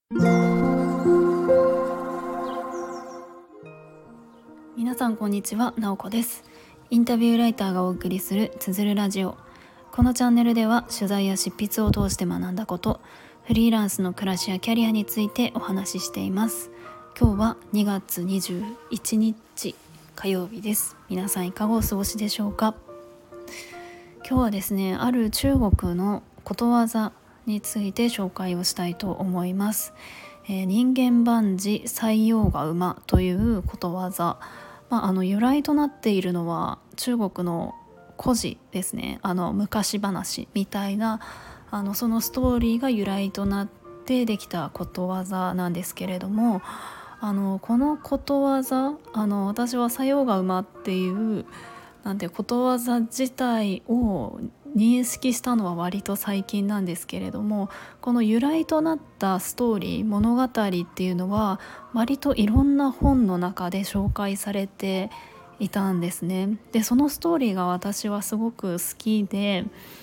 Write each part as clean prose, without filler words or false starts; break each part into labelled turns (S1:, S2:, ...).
S1: 皆さんこんにちは、なおこです。インタビューライターがお送りするつづるラジオ。このチャンネルでは取材や執筆を通して学んだこと、フリーランスの暮らしやキャリアについてお話ししています。今日は2月21日火曜日です。皆さんいかがお過ごしでしょうか。今日はですね、ある中国のことわざについて紹介をしたいと思います。人間万事採用が馬ということわざ、由来となっているのは中国の故事ですね。昔話みたいなそのストーリーが由来となってできたことわざなんですけれども、このことわざ、私は採用が馬っていうことわざ自体を認識したのは割と最近なんですけれども、この由来となったストーリー、物語っていうのは割といろんな本の中で紹介されていたんですね。でそのストーリーが私はすごく好きで、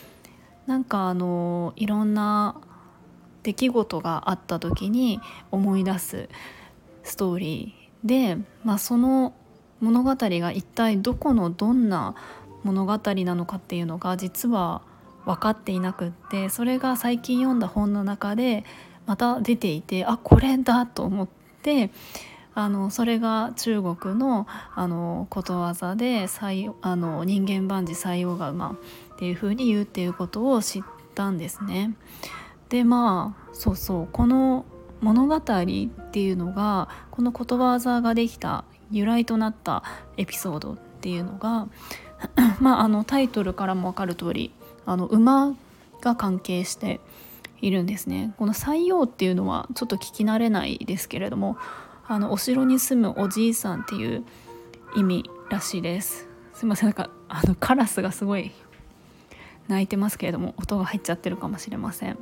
S1: いろんな出来事があった時に思い出すストーリーで、その物語が一体どこのどんな物語なのかっていうのが実は分かっていなくって、それが最近読んだ本の中でまた出ていて、これだと思って、それが中国のことわざで人間万事採用が馬っていう風に言うっていうことを知ったんですね。でこの物語っていうのが、このことわざができた由来となったエピソードっていうのがタイトルからも分かる通り馬が関係しているんですね。この採用っていうのはちょっと聞き慣れないですけれども、お城に住むおじいさんっていう意味らしいです。すいません、カラスがすごい鳴いてますけれども、音が入っちゃってるかもしれません。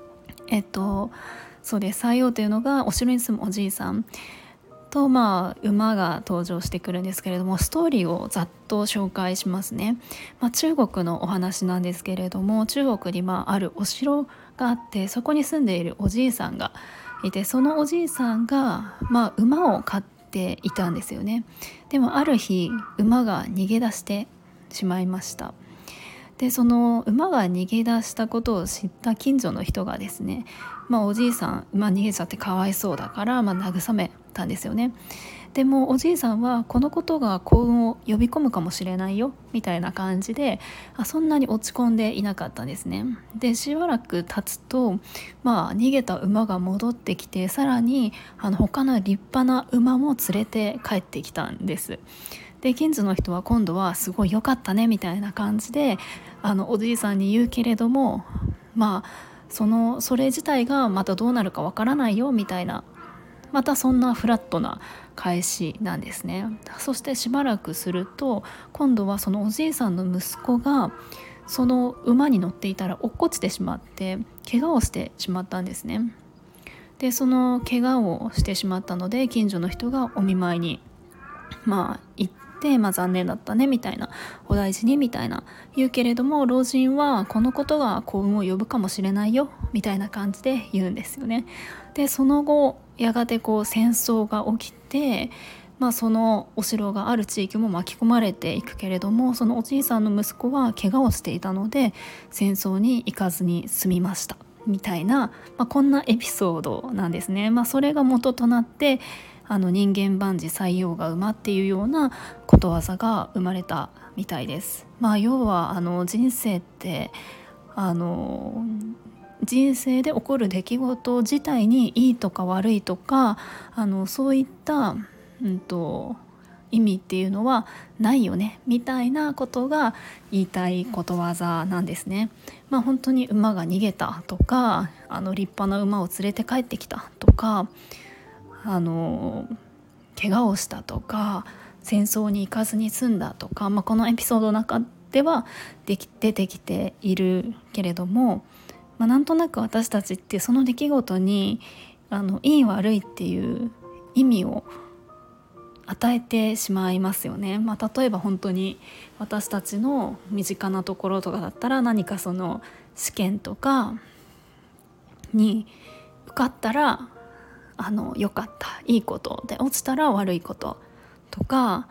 S1: そうです。採用というのがお城に住むおじいさんと、馬が登場してくるんですけれども、ストーリーをざっと紹介しますね。中国のお話なんですけれども、中国にあるお城があって、そこに住んでいるおじいさんがいて、そのおじいさんが、馬を飼っていたんですよね。でもある日馬が逃げ出してしまいました。でその馬が逃げ出したことを知った近所の人がですね、おじいさん馬逃げちゃってかわいそうだから、慰めたんですよね。でもおじいさんはこのことが幸運を呼び込むかもしれないよみたいな感じで、そんなに落ち込んでいなかったんですね。でしばらく経つと、逃げた馬が戻ってきて、さらに他の立派な馬も連れて帰ってきたんです。で近所の人は今度はすごい良かったねみたいな感じでおじいさんに言うけれども、それ自体がまたどうなるかわからないよみたいな、またそんなフラットな返しなんですね。そしてしばらくすると、今度はそのおじいさんの息子がその馬に乗っていたら落っこちてしまって怪我をしてしまったんですね。でその怪我をしてしまったので、近所の人がお見舞いに行って、残念だったねみたいな、お大事にみたいな言うけれども、老人はこのことが幸運を呼ぶかもしれないよみたいな感じで言うんですよね。でその後やがて戦争が起きて、そのお城がある地域も巻き込まれていくけれども、そのおじいさんの息子は怪我をしていたので戦争に行かずに済みましたみたいな、こんなエピソードなんですね。それが元となって人間万事採用が馬っていうようなことわざが生まれたみたいです。要は人生って人生で起こる出来事自体にいいとか悪いとかそういった、意味っていうのはないよねみたいなことが言いたいことわざなんですね。本当に馬が逃げたとか立派な馬を連れて帰ってきたとか怪我をしたとか戦争に行かずに済んだとか、このエピソードの中では出てきているけれども、なんとなく私たちってその出来事にいい悪いっていう意味を与えてしまいますよね。例えば本当に私たちの身近なところとかだったら、何かその試験とかに受かったら良かったいいことで、落ちたら悪いこととか、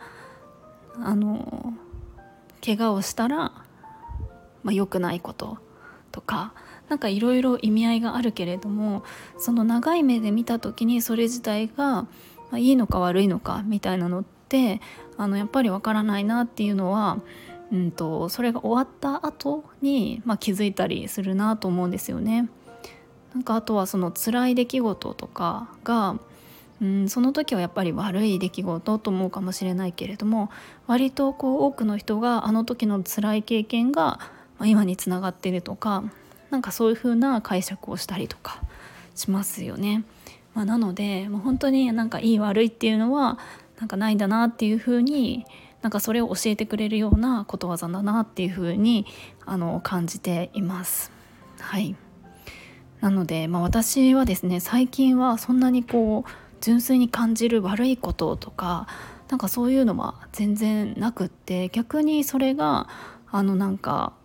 S1: 怪我をしたら、良くないこととか、なんかいろいろ意味合いがあるけれども、その長い目で見た時にそれ自体が、いいのか悪いのかみたいなのってやっぱりわからないなっていうのは、それが終わった後に、気づいたりするなと思うんですよね。なんかあとはその辛い出来事とかが、その時はやっぱり悪い出来事と思うかもしれないけれども、割と多くの人があの時の辛い経験が、今につながっているとか、なんかそういう風な解釈をしたりとかしますよね。なのでもう本当になんかいい悪いっていうのはなんかないんだなっていう風に、なんかそれを教えてくれるようなことわざだなっていう風に感じています。はい。なので、私はですね、最近はそんなに純粋に感じる悪いこととか、なんかそういうのは全然なくって、逆にそれがなんか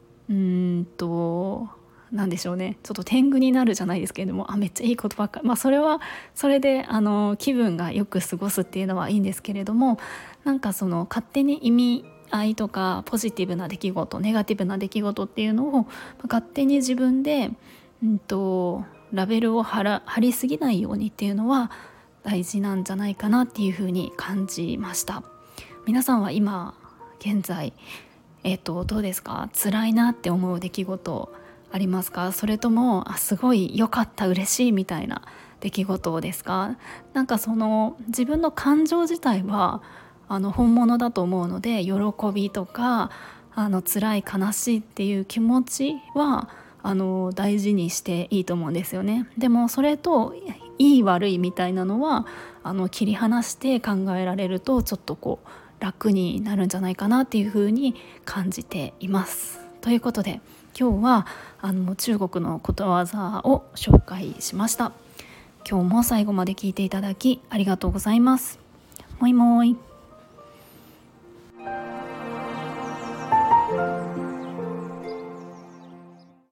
S1: なんでしょうね、ちょっと天狗になるじゃないですけれども、めっちゃいいことばっかり、それはそれで気分がよく過ごすっていうのはいいんですけれども、なんかその勝手に意味合いとかポジティブな出来事、ネガティブな出来事っていうのを勝手に自分でラベルを貼りすぎないようにっていうのは大事なんじゃないかなっていうふうに感じました。皆さんは今現在どうですか？辛いなって思う出来事ありますか？それともすごい良かった、嬉しいみたいな出来事ですか？なんかその自分の感情自体は本物だと思うので、喜びとか辛い悲しいっていう気持ちは大事にしていいと思うんですよね。でもそれといい悪いみたいなのは切り離して考えられると、ちょっと楽になるんじゃないかなっていうふうに感じています。ということで今日は中国のことわざを紹介しました。今日も最後まで聞いていただきありがとうございます。もいもい。